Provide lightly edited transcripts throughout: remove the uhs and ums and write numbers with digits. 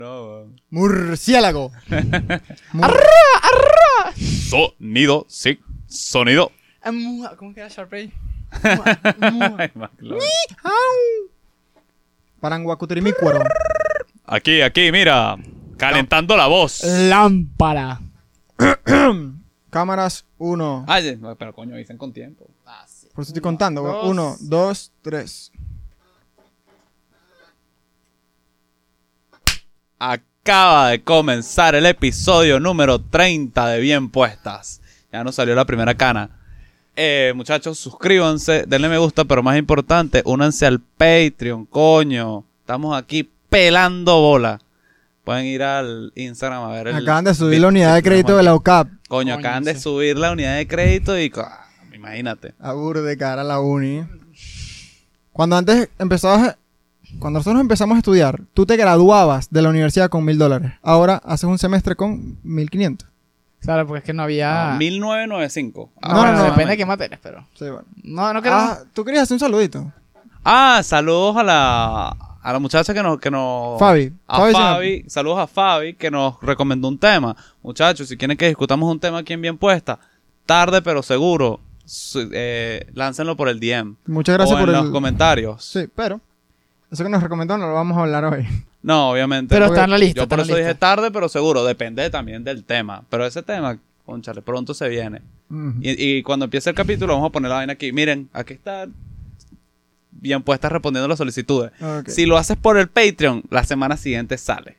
No. Murciélago. Sonido, sí. Sonido. ¿Cómo queda Sharpay? Ay, más claro. Paranguacutirimicuaro. Aquí, mira. Calentando la voz. Lámpara. Cámaras 1. Ay, pero coño, dicen con tiempo. Sí. Por eso estoy contando. Dos. 1, 2, 3. Acaba de comenzar el episodio número 30 de Bien Puestas. Ya nos salió la primera cana. Muchachos, suscríbanse, denle me gusta, pero más importante, únanse al Patreon, coño. Estamos aquí pelando bola. Pueden ir al Instagram a ver el... Acaban de subir la unidad de crédito de la UCAP. Coño, acaban de subir la unidad de crédito y... imagínate. Abur de cara a la uni. Cuando nosotros empezamos a estudiar, tú te graduabas de la universidad con $1,000. Ahora haces un semestre con 1,500. Claro, porque es que no había... 1995. No, depende de qué materias, pero... Sí, bueno. No queremos... ¿Tú querías hacer un saludito? Saludos a la muchacha que nos... Fabi. Fabi, saludos a Fabi, que nos recomendó un tema. Muchachos, si quieren que discutamos un tema aquí en Bien Puesta, tarde pero seguro, láncenlo por el DM. Muchas gracias o en por los comentarios. Sí, pero eso que nos recomendó no lo vamos a hablar hoy. No, obviamente. Pero está en la lista. Yo por está en eso la dije lista. tarde pero seguro, depende también del tema. Pero ese tema, cónchale, pronto se viene. Ujú. Y cuando empiece el capítulo vamos a poner la vaina aquí. Miren, aquí está Bien Puestas respondiendo las solicitudes. Ok. Si lo haces por el Patreon, la semana siguiente sale.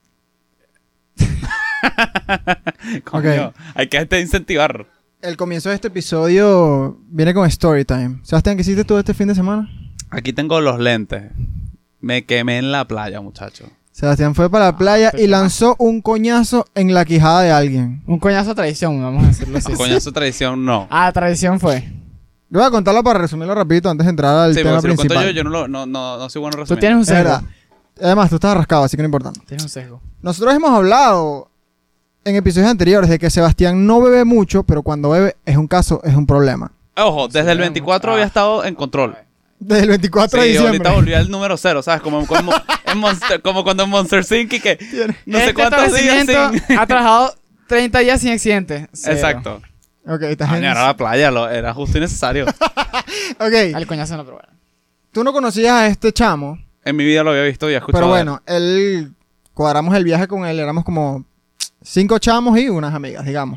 Coño, Ok. hay que incentivar. El comienzo de este episodio viene con story time. Sebastián, ¿qué hiciste tú este fin de semana? Aquí tengo los lentes. Me quemé en la playa, muchacho. Sebastián fue para la playa y lanzó un coñazo en la quijada de alguien. Un coñazo a traición, vamos a decirlo así. Coñazo tradición, no. Traición fue. Yo voy a contarlo para resumirlo rapidito antes de entrar al Sí, tema porque si lo cuento principal. yo no soy bueno Tú resumiendo. tienes un Es sesgo. verdad. Además, tú estabas rascado, así que no importa. Tienes un sesgo. Nosotros hemos hablado en episodios anteriores de que Sebastián no bebe mucho, pero cuando bebe es un problema. Ojo, desde el 24 había estado en control. Desde el 24 de Sí, diciembre. ahorita volví al número 0, ¿sabes? Como cuando en Monster Inc. y que no sé cuántos días establecimiento sin... ha trabajado 30 días sin accidente. Cero. Exacto. Ok, estás Coño, en... era la playa, era justo y necesario. Ok, Al coñazo no, pero bueno. tú no conocías a este chamo, En mi vida lo había visto y escuchado. pero de él. bueno, cuadramos el viaje con él, éramos como 5 chamos y unas amigas, digamos.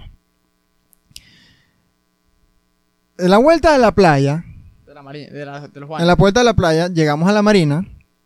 En la vuelta de la playa, De la marina, de los en baños. la vuelta de la playa, llegamos a la marina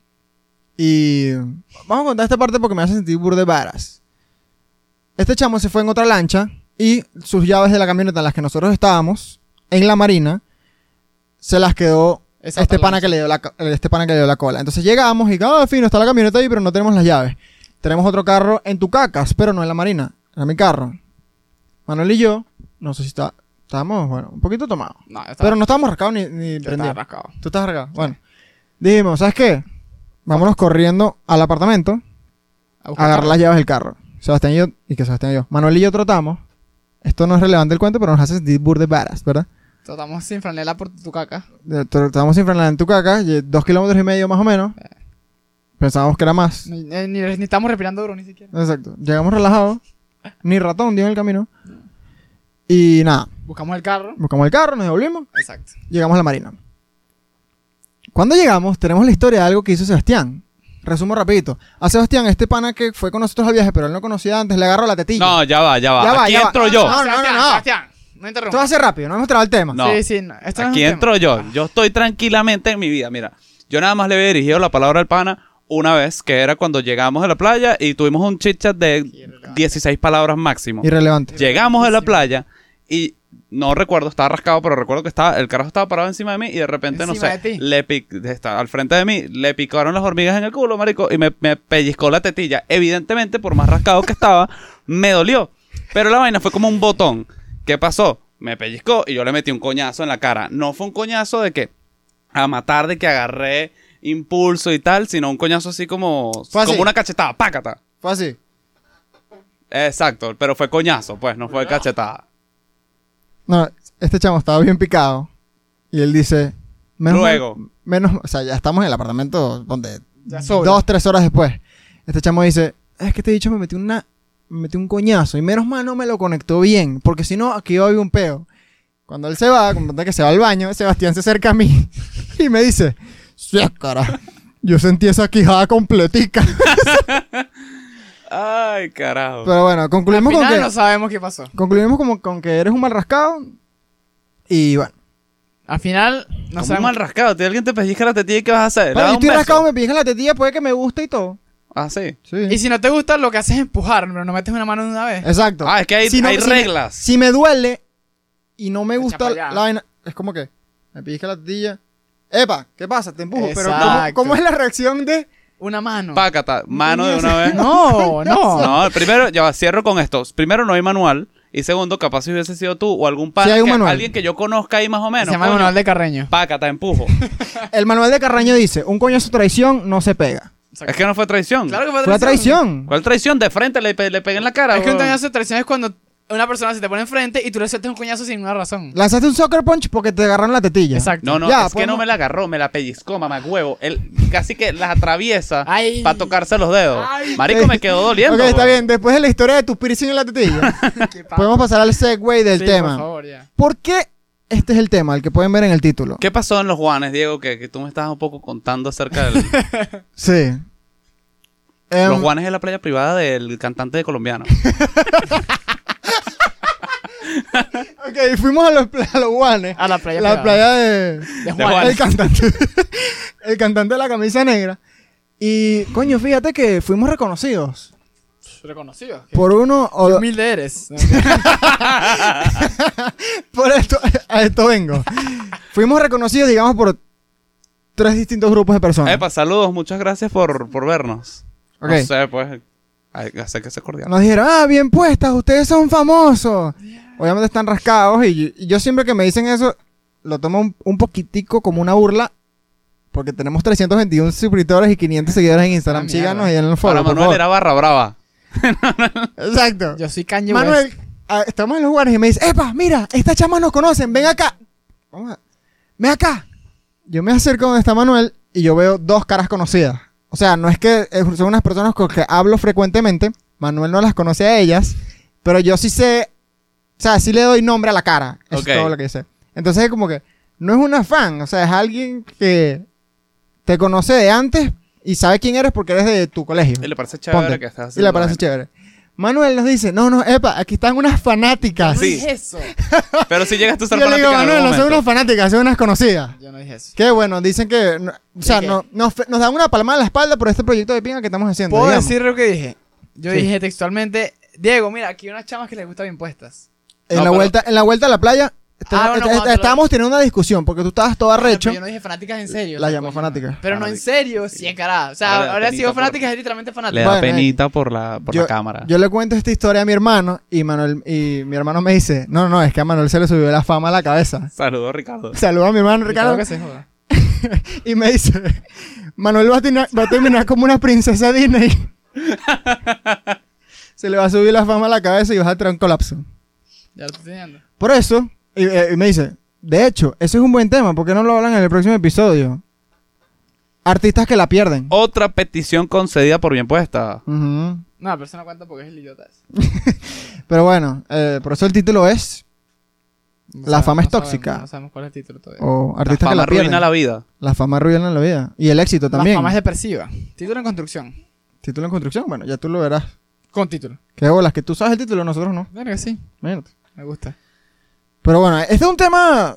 y vamos a contar esta parte porque me hace sentir burde varas. Este chamo se fue en otra lancha y sus llaves de la camioneta en las que nosotros estábamos en la marina se las quedó Esa este otra pana lancha. que le dio la cola. Entonces llegamos y fino, está la camioneta ahí, pero no tenemos las llaves. Tenemos otro carro en Tucacas, pero no en la marina. Era mi carro. Manuel y yo, no sé si estábamos, bueno, un poquito tomados. No, yo estaba, Pero no estábamos rascados ni yo estaba prendidos. rascado. ¿Tú estás rascado? Bueno. Dijimos, ¿sabes qué? Vámonos corriendo al apartamento A a buscar agarrar carro. las llaves del carro. Sebastián y yo. Manuel y yo trotamos. Esto no es relevante el cuento, pero nos hace sentir burde badass, ¿verdad? Tratamos sin franela por tu caca. Trotamos sin frenar en Tucacas, 2,5 kilómetros más o menos. Pensábamos que era más. Ni estamos respirando duro ni siquiera. Exacto. Llegamos relajados. Ni ratón dio en el camino. Y nada. Buscamos el carro. Buscamos el carro, nos devolvimos. Exacto. Llegamos a la marina. Cuando llegamos, tenemos la historia de algo que hizo Sebastián. Resumo rapidito. A Sebastián, este pana que fue con nosotros al viaje, pero él no conocía antes, le agarró la tetilla. No, ya va. Ya va, Aquí ya va. entro yo. No. Sebastián, no Esto va a interrumpas. ser rápido, no hemos entrado al tema. No. Sí, no. Esto no Aquí es un entro tema. yo. Yo estoy tranquilamente en mi vida. Mira, yo nada más le había dirigido la palabra al pana una vez, que era cuando llegamos a la playa y tuvimos un chit chat de 16 palabras máximo. Irrelevante. Llegamos a la playa y no recuerdo, estaba rascado, pero recuerdo que el carajo estaba parado encima de mí y de repente, no ¿Encima sé, de ti? está al frente de mí, le picaron las hormigas en el culo, marico, y me pellizcó la tetilla. Evidentemente, por más rascado que estaba, me dolió. Pero la vaina fue como un botón. ¿Qué pasó? Me pellizcó y yo le metí un coñazo en la cara. No fue un coñazo de que a matar, de que agarré impulso y tal, sino un coñazo así como Fue así. una cachetada, pácata. Fue así. Exacto, pero fue coñazo, pues, no fue cachetada. No, este chamo estaba bien picado. Y él dice... Luego. O sea, ya estamos en el apartamento donde... Ya sobra. 2-3 horas después. Este chamo dice... es que este dicho me metió un coñazo. Y menos mal no me lo conectó bien. Porque si no, aquí había un peo. Cuando él se va, como que se va al baño, Sebastián se acerca a mí y me dice, sí, cara, yo sentí esa quijada completica. Ay, carajo. Pero bueno, Al concluimos con final que... no sabemos qué pasó. Concluimos como con que eres un mal rascado. Y bueno. Al final no Como un sabemos. mal rascado. Si alguien te pellizca la tetilla, ¿qué vas a hacer? ¿Le Pero das yo un estoy beso? rascado, me pijas la tetilla, puede que me guste y todo. Ah, sí. Sí. Y si no te gusta, lo que haces es empujar, pero no metes una mano de una vez. Exacto. Ah, es que hay, Si no- hay si me- reglas. Si me duele y no me Echa gusta pa' la allá. vaina, es como que me pellizca la tetilla. Epa, ¿qué pasa? Te empujo. Pero Exacto. ¿cómo es la reacción de...? Una mano. Pácata, mano de una vez. No, no. No, primero, ya va, cierro con esto. Primero, no hay manual. Y segundo, capaz si hubiese sido tú o algún Sí hay pana, un manual. alguien que yo conozca ahí más o Se menos. llama el coño, manual de Carreño. Pácata, empujo. El manual de Carraño dice, un coñazo traición no se pega. Es que no fue traición. Claro que fue Fue traición. ¿Cuál traición? De frente le pegué en la cara. Es que un weón. coñazo de traición es cuando una persona se te pone enfrente y tú le sueltas un coñazo sin una razón. Lanzaste un soccer punch porque te agarraron la tetilla. Exacto. No, no, Ya, es que no podemos- me la agarró, me la pellizcó, mamá huevo. Él casi que las atraviesa Ay. para tocarse los dedos. Ay. Marico, Ok. me quedó doliendo. Ok, está weón. bien. Después de la historia de tu piercing en la tetilla, ¿Qué pasa? podemos pasar al segue del Sí, tema. por favor, ya. ¿Por qué este es el tema, el que pueden ver en el título? ¿Qué pasó en los Juanes, Diego? Que tú me estabas un poco contando acerca del... Sí. Los Juanes es la playa privada del cantante de colombiano. Ok, fuimos a los guanes. A la playa. La privada. playa de... De Juan. Juan. El cantante. El cantante de la camisa negra. Y, coño, fíjate que fuimos reconocidos Reconocido. por uno Qué o... humilde eres. Por esto, a esto vengo. Fuimos reconocidos, digamos, por 3 distintos grupos de personas. Epa, saludos, muchas gracias por vernos. Ok. No sé, pues, hace que se cordial. Nos dijeron, bien puestas, ustedes son famosos. Obviamente están rascados y yo siempre que me dicen eso, lo tomo un poquitico como una burla. Porque tenemos 321 suscriptores y 500 seguidores en Instagram. Ah, mierda. Síganos y denle un Para follow, por Manuel favor. era barra brava. Exacto. Yo soy Kanye Manuel, West. estamos en los lugares y me dice, epa, mira, estas chamas nos conocen, ven acá. Ven acá. Yo me acerco donde está Manuel y yo veo 2 caras conocidas. O sea, no es que son unas personas con que hablo frecuentemente. Manuel no las conoce a ellas, pero yo sí sé, o sea, sí le doy nombre a la cara. Eso Ok. es todo lo que sé. Entonces es como que no es una fan, o sea, es alguien que te conoce de antes y sabe quién eres porque eres de tu colegio. Y le parece chévere Ponte. que estás Y haciendo. le parece chévere. Manuel nos dice, no, epa, aquí están unas fanáticas. No Sí. dije eso. Pero si llegas tú a Y ser yo le digo, fanática en Manuel, algún no son unas momento. fanáticas, son unas conocidas. Yo no dije eso. Qué bueno, dicen que, o sea, ¿Qué? nos dan una palmada en la espalda por este proyecto de pinga que estamos haciendo. ¿Puedo digamos. decir lo que dije? Yo Sí. dije textualmente, Diego, mira, aquí hay unas chamas que les gusta bien puestas. En, No, la pero- vuelta, en la vuelta a la playa, bueno, cuando lo- estábamos teniendo una discusión porque tú estabas todo arrecho. Pero yo no dije fanáticas en serio. La o sea, llamó coño. fanáticas. Pero no en Fanáticas. serio, sí, encarada. O sea, Ahora le da ahora penita sido por- fanáticas es literalmente Le fanáticas. da Bueno, penita por la cámara. Yo le cuento esta historia a mi hermano y mi hermano me dice, no, es que a Manuel se le subió la fama a la cabeza. Saludos, Ricardo. Saluda a mi hermano Ricardo Ricardo que se joda. y me dice, Manuel va a terminar como una princesa Disney. Se le va a subir la fama a la cabeza y vas a tener un colapso. Ya lo estoy enseñando. Por eso, y me dice, de hecho, ese es un buen tema, ¿por qué no lo hablan en el próximo episodio? Artistas que la pierden. Otra petición concedida por bien puesta. Ujú. No, pero eso no cuenta porque es el idiota ese. Pero bueno, por eso el título es No La fama es sabemos, tóxica. No sabemos cuál es el título todavía. o La Artistas que fama la pierden. arruina la vida. La fama arruina la vida. Y el éxito también. La fama es depresiva. Título en construcción. Título en construcción, bueno, ya tú lo verás. Con título. Qué bolas, que tú sabes el título, nosotros no. Verga, sí. Imagínate. Me gusta. Pero bueno, este es un tema...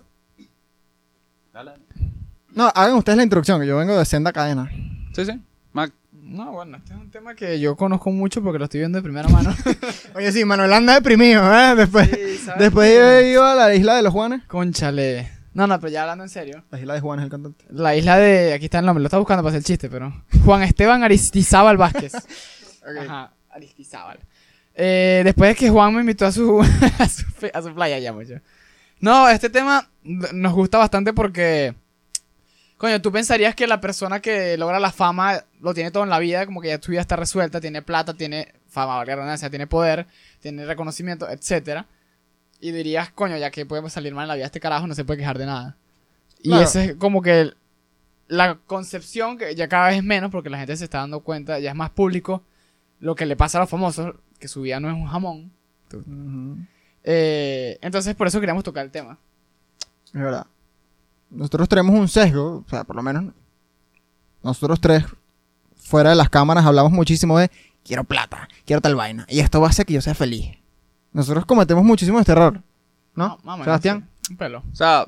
No, hagan ustedes la introducción, que yo vengo de Senda Cadena. Sí, sí. Mac. No, bueno, este es un tema que yo conozco mucho porque lo estoy viendo de primera mano. Oye, sí, Manuel anda deprimido, ¿eh? Después yo he ido a la isla de los Juanes. Cónchale. No, pero ya hablando en serio. La isla de Juanes, el cantante. La isla de... Aquí está el nombre, lo estaba buscando para hacer el chiste, pero... Juan Esteban Aristizábal Vázquez. Ajá, Aristizábal. Después de que Juan me invitó a su, a su playa ya mucho. No, este tema nos gusta bastante porque... Coño, tú pensarías que la persona que logra la fama lo tiene todo en la vida, como que ya tu vida está resuelta, tiene plata, tiene fama, valga la redundancia, tiene poder, tiene reconocimiento, etcétera. Y dirías, coño, ya que puede salir mal en la vida este carajo, no se puede quejar de nada. Y Claro. esa es como que la concepción, que ya cada vez es menos, porque la gente se está dando cuenta, ya es más público, lo que le pasa a los famosos, que su vida no es un jamón. Ujú. Entonces, por eso queríamos tocar el tema. Es verdad. Nosotros tenemos un sesgo, o sea, por lo menos nosotros tres, fuera de las cámaras, hablamos muchísimo de quiero plata, quiero tal vaina, y esto va a hacer que yo sea feliz. Nosotros cometemos muchísimo este error, ¿no? Más o menos, Sebastián. sí. Un pelo. O sea,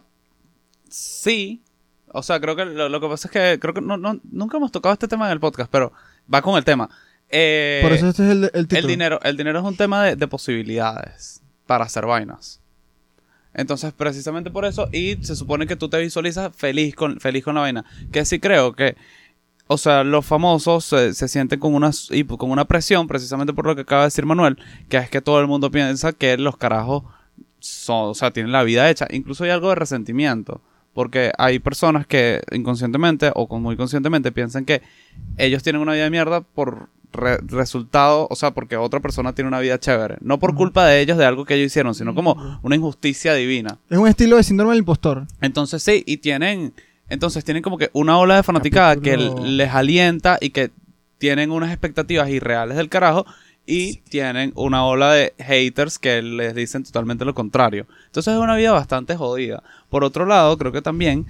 sí. O sea, creo que lo que pasa es que creo que nunca hemos tocado este tema en el podcast, pero va con el tema. Por eso este es el título. El dinero es un tema de posibilidades para hacer vainas. Entonces, precisamente por eso, y se supone que tú te visualizas feliz con la vaina. Que sí creo que, o sea, los famosos se sienten con una presión, precisamente por lo que acaba de decir Manuel, que es que todo el mundo piensa que los carajos o sea, tienen la vida hecha. Incluso hay algo de resentimiento, porque hay personas que inconscientemente o muy conscientemente piensan que ellos tienen una vida de mierda por resultado, o sea, porque otra persona tiene una vida chévere. No por culpa de ellos, de algo que ellos hicieron, sino como una injusticia divina. Es un estilo de síndrome del impostor. Entonces sí, y tienen como que una ola de fanaticada que les alienta y que tienen unas expectativas irreales del carajo y tienen una ola de haters que les dicen totalmente lo contrario. Entonces es una vida bastante jodida. Por otro lado, creo que también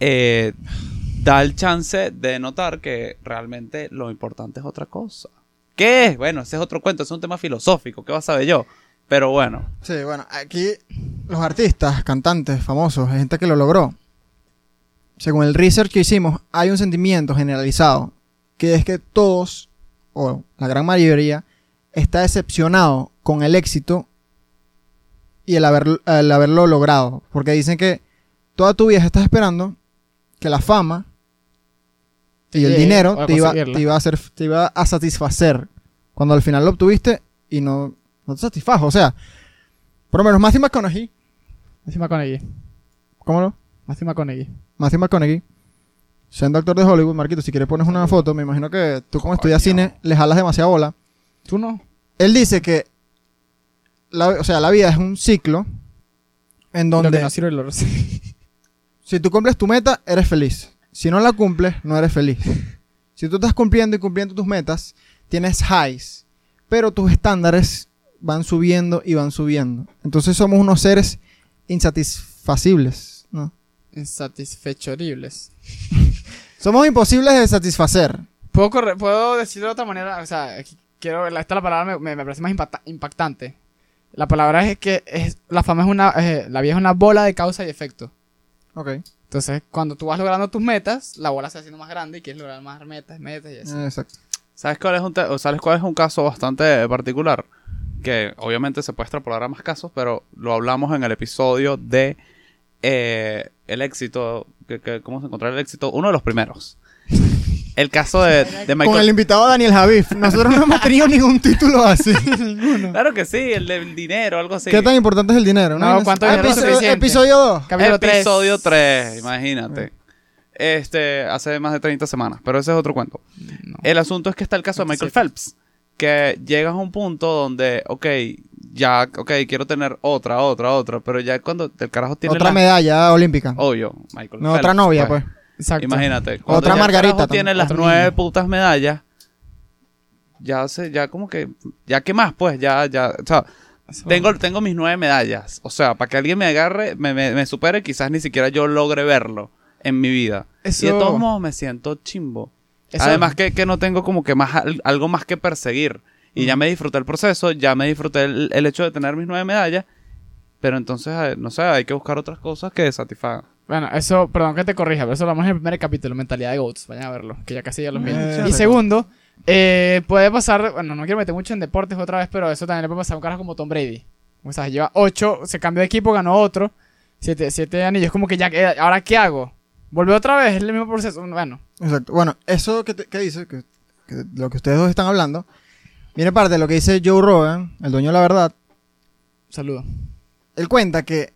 da el chance de notar que realmente lo importante es otra cosa. ¿Qué es? Bueno, ese es otro cuento, es un tema filosófico, ¿qué vas a saber yo? Pero bueno. Sí, bueno, aquí los artistas, cantantes, famosos, gente que lo logró. Según el research que hicimos, hay un sentimiento generalizado, que es que todos, o la gran mayoría, está decepcionado con el éxito y el haberlo logrado. Porque dicen que toda tu vida estás esperando que la fama y el dinero te iba a satisfacer, cuando al final lo obtuviste y no te satisfajo. O sea, por lo menos Matthew McConaughey. ¿Cómo no? Matthew McConaughey, siendo actor de Hollywood. Marquito, si quieres pones una foto. Me imagino que tú, como estudias cine, le jalas demasiada bola. ¿Tú no? Él dice que la vida es un ciclo en donde Lo que no sirve el oro. si tú cumples tu meta, eres feliz. Si no la cumples, no eres feliz. Si tú estás cumpliendo y cumpliendo tus metas, tienes highs, pero tus estándares van subiendo y van subiendo. Entonces somos unos seres insatisfacibles, ¿no? Insatisfechoribles. Somos imposibles de satisfacer. ¿Puedo decirlo de otra manera? O sea, esta la palabra me parece más impactante. La palabra es que la fama la vida es una bola de causa y efecto. Ok. Entonces, cuando tú vas logrando tus metas, la bola se va haciendo más grande y quieres lograr más metas y así. Exacto. ¿Sabes cuál es un caso bastante particular? Que obviamente se puede extrapolar a más casos, pero lo hablamos en el episodio de el éxito, cómo se encontrar el éxito, uno de los primeros. El caso de Michael. Con el invitado Daniel Javif. Nosotros no hemos tenido ningún título así. Ninguno. Claro que sí, el del dinero, algo así. ¿Qué tan importante es el dinero? No, ¿cuánto dinero es suficiente? Episodio 2. Episodio 3, imagínate. Hace más de 30 semanas, pero ese es otro cuento. No. El asunto es que está el caso de Michael Phelps, que llegas a un punto donde, quiero tener otra, pero ya cuando el carajo tiene otra medalla olímpica. Obvio, Michael No, Phelps, otra novia, pues. Exacto. Imagínate. Otra Cuando ya Margarita el carajo tiene las otro 9 niño. putas medallas, ya como que, ya qué más, pues, o sea, tengo mis 9 medallas. O sea, para que alguien me agarre, me supere, quizás ni siquiera yo logre verlo en mi vida. Eso... Y de todos modos me siento chimbo. Eso... Además que no tengo como que algo más que perseguir. Y ya me disfruté el proceso, ya me disfruté el hecho de tener mis 9 medallas. Pero entonces, no sé, hay que buscar otras cosas que satisfagan. Bueno, eso, perdón que te corrija, pero eso lo hablamos en el primer capítulo, Mentalidad de Goats. Vayan a verlo, que ya casi ya los vi. Y segundo, puede pasar, bueno, no quiero meter mucho en deportes otra vez, pero eso también le puede pasar a un carajo como Tom Brady. O sea, lleva 8, se cambió de equipo, ganó otro, 7 anillos, como que ya, ¿ahora qué hago? ¿Volvió otra vez? Es el mismo proceso, bueno. Exacto. Bueno, eso que dice, que lo que ustedes dos están hablando, viene parte de lo que dice Joe Rogan, el dueño de la verdad. Saludo. Él cuenta que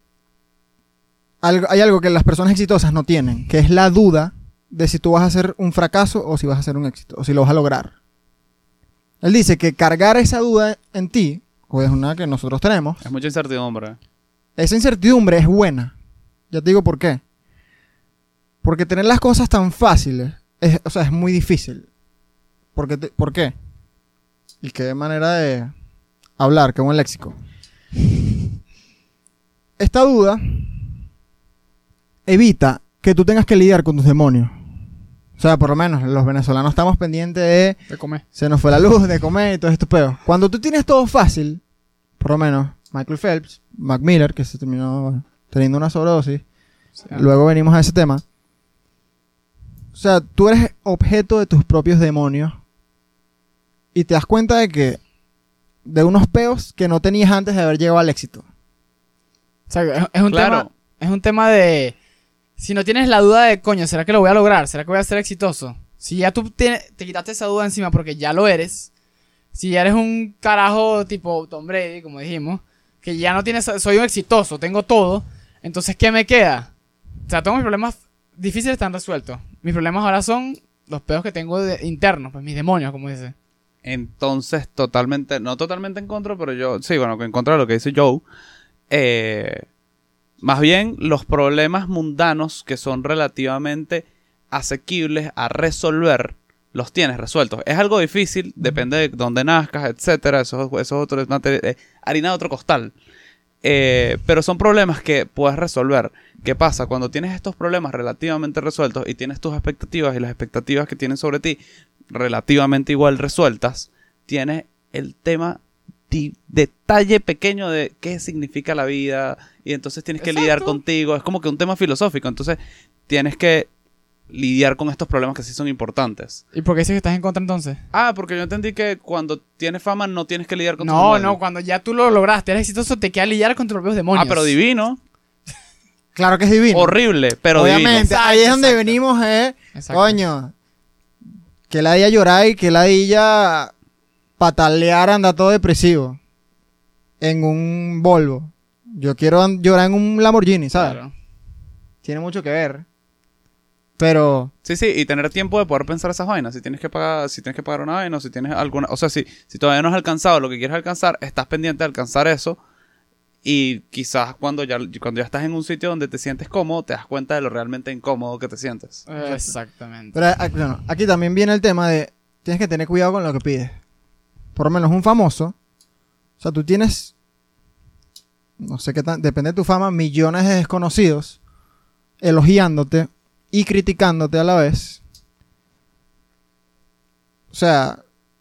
hay algo que las personas exitosas no tienen, que es la duda de si tú vas a hacer un fracaso o si vas a hacer un éxito, o si lo vas a lograr. Él dice que cargar esa duda en ti, o es una que nosotros tenemos, Es mucha incertidumbre. esa incertidumbre es buena. Ya te digo por qué. Porque tener las cosas tan fáciles, es muy difícil. ¿Por qué? Y qué manera de hablar, qué buen léxico. Esta duda evita que tú tengas que lidiar con tus demonios. O sea, por lo menos los venezolanos estamos pendientes De comer. se nos fue la luz, de comer y todo esto peor. Cuando tú tienes todo fácil, por lo menos Michael Phelps, Mac Miller, que se terminó teniendo una sobredosis, luego venimos a ese tema. O sea, tú eres objeto de tus propios demonios y te das cuenta de que de unos peos que no tenías antes de haber llegado al éxito. O sea, es un Claro. tema, es un tema de, si no tienes la duda de, coño, ¿será que lo voy a lograr? ¿Será que voy a ser exitoso? Si ya tú te quitaste esa duda encima porque ya lo eres, si ya eres un carajo tipo Tom Brady, como dijimos, que ya no tienes, soy un exitoso, tengo todo, entonces, ¿qué me queda? O sea, todos mis problemas difíciles están resueltos. Mis problemas ahora son los peos que tengo internos, pues mis demonios, como dice. Entonces, totalmente, no totalmente en contra, pero yo, sí, bueno, en contra de lo que dice Joe. Más bien, los problemas mundanos que son relativamente asequibles a resolver, los tienes resueltos. Es algo difícil, depende de dónde nazcas, etcétera. Eso es otro harina de otro costal. Pero son problemas que puedes resolver. ¿Qué pasa? Cuando tienes estos problemas relativamente resueltos y tienes tus expectativas y las expectativas que tienen sobre ti relativamente igual resueltas, tienes el tema detalle pequeño de qué significa la vida y entonces tienes que lidiar contigo. Es como que un tema filosófico. Entonces tienes que lidiar con estos problemas que sí son importantes. ¿Y por qué dices que estás en contra entonces? Porque yo entendí que cuando tienes fama no tienes que lidiar con tus No, demonios. no, cuando ya tú lo lograste, eres exitoso, te queda lidiar con tus propios demonios. Pero divino. Claro que es divino. Horrible, pero Obviamente, divino. ahí es donde Exacto. venimos, Exacto. coño, que ladilla llorar y que ladilla patalear, anda todo depresivo en un Volvo. Yo quiero llorar en un Lamborghini, ¿sabes? Claro. Tiene mucho que ver. Pero Sí, y tener tiempo de poder pensar esas vainas. Si tienes que pagar una vaina, o si tienes alguna... O sea, si todavía no has alcanzado lo que quieres alcanzar, estás pendiente de alcanzar eso. Y quizás cuando ya estás en un sitio donde te sientes cómodo, te das cuenta de lo realmente incómodo que te sientes. Exactamente. Pero bueno, aquí también viene el tema de tienes que tener cuidado con lo que pides. Por lo menos un famoso. O sea, tú tienes, no sé qué tan, depende de tu fama, millones de desconocidos elogiándote y criticándote a la vez. O sea,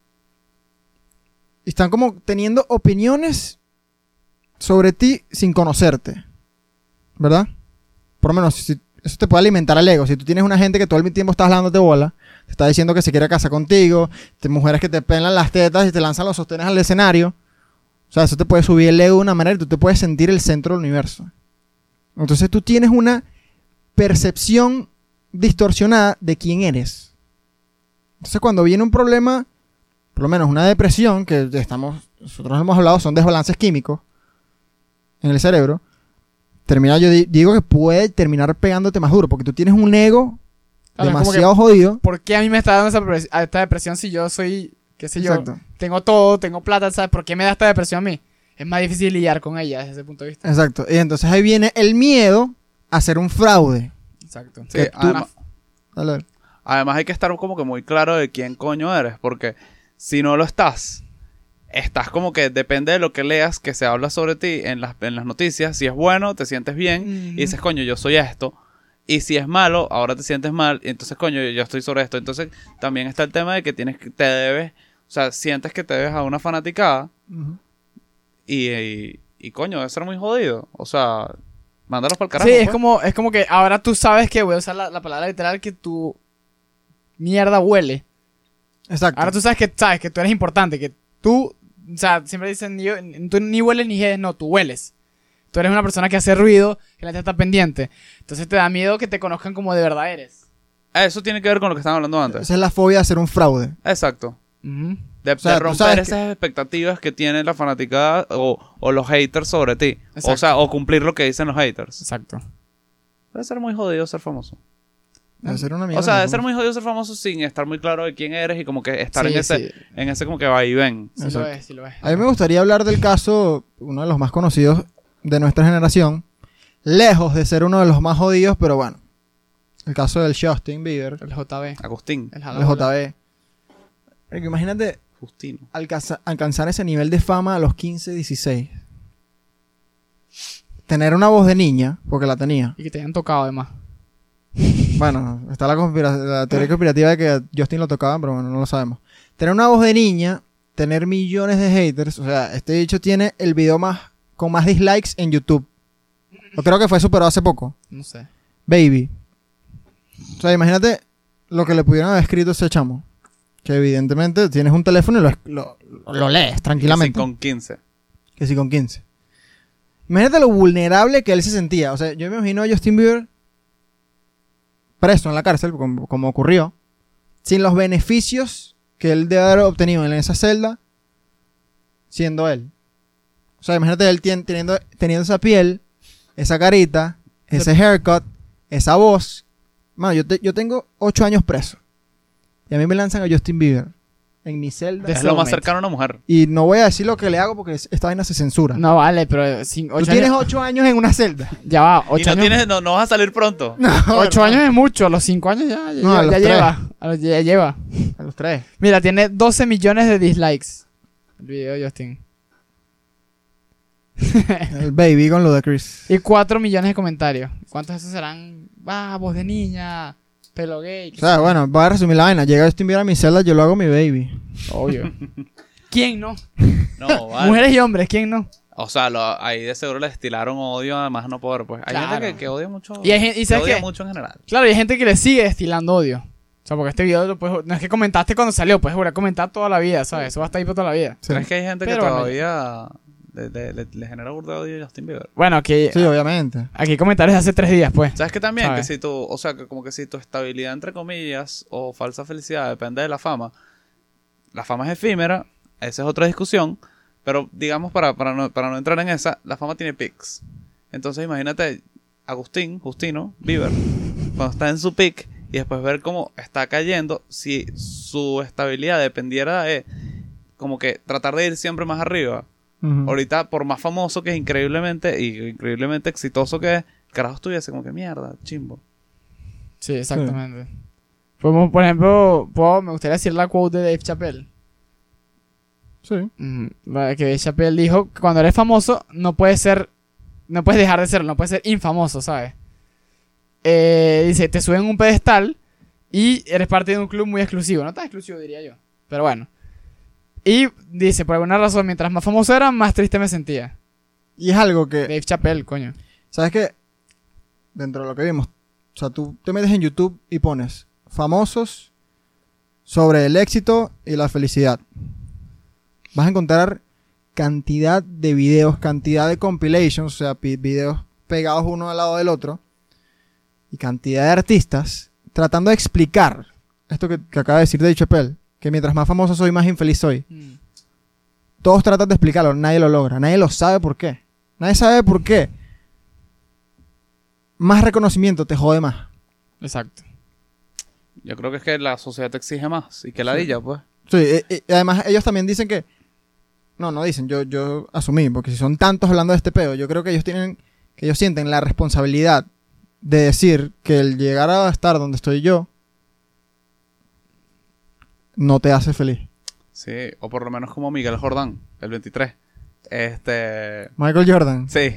están como teniendo opiniones sobre ti sin conocerte. ¿Verdad? Por lo menos, eso te puede alimentar el ego. Si tú tienes una gente que todo el tiempo está dándote bola, te está diciendo que se quiere casar contigo, mujeres que te pelan las tetas y te lanzan los sostenes al escenario. O sea, eso te puede subir el ego de una manera y tú te puedes sentir el centro del universo. Entonces tú tienes una percepción distorsionada de quién eres. Entonces cuando viene un problema, por lo menos una depresión, que nosotros hemos hablado, son desbalances químicos en el cerebro, yo digo que puede terminar pegándote más duro, porque tú tienes un ego Claro, es como demasiado jodido. ¿Por qué a mí me está dando esta depresión si yo soy, qué sé yo, Exacto. tengo todo, tengo plata, ¿sabes? ¿Por qué me da esta depresión a mí? Es más difícil lidiar con ella desde ese punto de vista. Exacto. Y entonces ahí viene el miedo a ser un fraude. Exacto. Sí, Que tú- Dale. además hay que estar como que muy claro de quién coño eres, porque si no lo estás como que depende de lo que leas que se habla sobre ti en las noticias. Si es bueno, te sientes bien y dices, coño, yo soy esto. Y si es malo, ahora te sientes mal. Y entonces, coño, yo estoy sobre esto. Entonces, también está el tema de que te debes, o sea, sientes que te debes a una fanaticada Ujú. y coño, debe ser muy jodido. O sea, mándalos para el carajo. Sí, pues. es como que ahora tú sabes que voy a usar la palabra literal que tu mierda huele. Exacto. Ahora tú sabes que tú eres importante, que tú, o sea, siempre dicen, tú ni hueles ni jedes, no, tú hueles. Tú eres una persona que hace ruido, que la gente está pendiente. Entonces te da miedo que te conozcan como de verdad eres. Eso tiene que ver con lo que estaban hablando antes. Esa es la fobia a ser un fraude. Exacto. Ujú. De sea, tú romper sabes esas expectativas que tiene la fanaticada o los haters sobre ti. Exacto. O sea, o cumplir lo que dicen los haters. Exacto. Debe ser muy jodido ser famoso. Debe ser una mierda. O sea, debe ser muy jodido ser famoso sin estar muy claro de quién eres y como que estar Sí, en ese, sí. en ese como que va y ven. Sí lo es, sí lo es. A mí me gustaría hablar del caso, uno de los más conocidos de nuestra generación, lejos de ser uno de los más jodidos, pero bueno, el caso del Justin Bieber, El JB. Agustín. El el jalabola. JB. Imagínate Justino. alcanzar ese nivel de fama a los 15, 16. Tener una voz de niña, porque la tenía. Y que te hayan tocado además. Bueno, está la teoría conspirativa de que Justin lo tocaba, pero bueno, no lo sabemos. Tener una voz de niña, tener millones de haters. O sea, este bicho tiene el video con más dislikes en YouTube. Yo creo que fue superado hace poco. No sé. Baby. O sea, imagínate lo que le pudieron haber escrito a ese chamo. Que evidentemente tienes un teléfono y lo lees tranquilamente. Sí, con 15. Que sí, con 15. Imagínate lo vulnerable que él se sentía. O sea, yo me imagino a Justin Bieber preso en la cárcel, como ocurrió, sin los beneficios que él debe haber obtenido en esa celda, siendo él. O sea, imagínate él teniendo esa piel, esa carita, ese haircut, esa voz. Mano, yo tengo 8 años preso. Y a mí me lanzan a Justin Bieber en mi celda. De Es lo más soulmate. cercano a una mujer. Y no voy a decir lo que le hago porque esta vaina se censura. No vale, pero Tú tienes 8 años en una celda. Ya va, Y 8 años. no vas a salir pronto. No, 8 años es mucho, a los 5 años ya No, a los ya tres. lleva. Ya lleva. A los 3. Mira, tiene 12 millones de dislikes. El video de Justin. El baby con Ludacris. Y 4 millones de comentarios. ¿Cuántos de esos serán? Voz de niña, pelo gay. O sea, bueno, voy a resumir la vaina. Llega Justin Bieber a mi celda, yo lo hago mi baby. Obvio. ¿Quién no? No, vale. Mujeres y hombres, ¿quién no? O sea, ahí de seguro le destilaron odio, además no poder, pues. Hay Claro. gente que odia mucho. Y hay gente- y que ¿sabes odia qué? mucho en general. Claro, y hay gente que le sigue destilando odio. O sea, porque este video no es que comentaste cuando salió, puedes jurar comentar toda la vida, ¿sabes? Eso va a estar ahí por toda la vida. ¿Crees que hay gente Pero que bueno, todavía le genera burda de odio a Justin Bieber? Bueno, aquí Sí, obviamente. hay comentarios de hace 3 días, pues. ¿Sabes que también? ¿Sabes? Que si tú, o sea, que como que si tu estabilidad, entre comillas, o falsa felicidad depende de la fama es efímera, esa es otra discusión, pero digamos, para no entrar en esa, la fama tiene pics. Entonces imagínate Justino Bieber, cuando está en su pic y después ver cómo está cayendo, si su estabilidad dependiera de como que tratar de ir siempre más arriba. Ujú. Ahorita, por más famoso que es increíblemente exitoso que es, el carajo estuviese como que mierda, chimbo. Sí, exactamente. Podemos, por ejemplo, me gustaría decir la quote de Dave Chappelle. Sí. Que Dave Chappelle dijo que cuando eres famoso no puedes dejar de serlo, no puedes ser infamoso, ¿sabes? Dice, te suben un pedestal y eres parte de un club muy exclusivo. No tan exclusivo, diría yo. Pero bueno. Y dice, por alguna razón, mientras más famoso era, más triste me sentía. Y es algo que, Dave Chappelle, coño. ¿sabes qué? Dentro de lo que vimos, o sea, tú te metes en YouTube y pones famosos sobre el éxito y la felicidad. Vas a encontrar cantidad de videos, cantidad de compilations, o sea, videos pegados uno al lado del otro, y cantidad de artistas tratando de explicar esto que acaba de decir Dave Chappelle, que mientras más famoso soy, más infeliz soy. Todos tratan de explicarlo, nadie lo logra, nadie lo sabe por qué. Nadie sabe por qué. Más reconocimiento te jode más. Exacto. Yo creo que es que la sociedad te exige más y que ladilla, pues. Sí, y además ellos también dicen que... No dicen, yo asumí, porque si son tantos hablando de este pedo, yo creo que ellos sienten la responsabilidad de decir que el llegar a estar donde estoy yo no te hace feliz. Sí, o por lo menos como Miguel Jordán, el 23. Michael Jordan. Sí.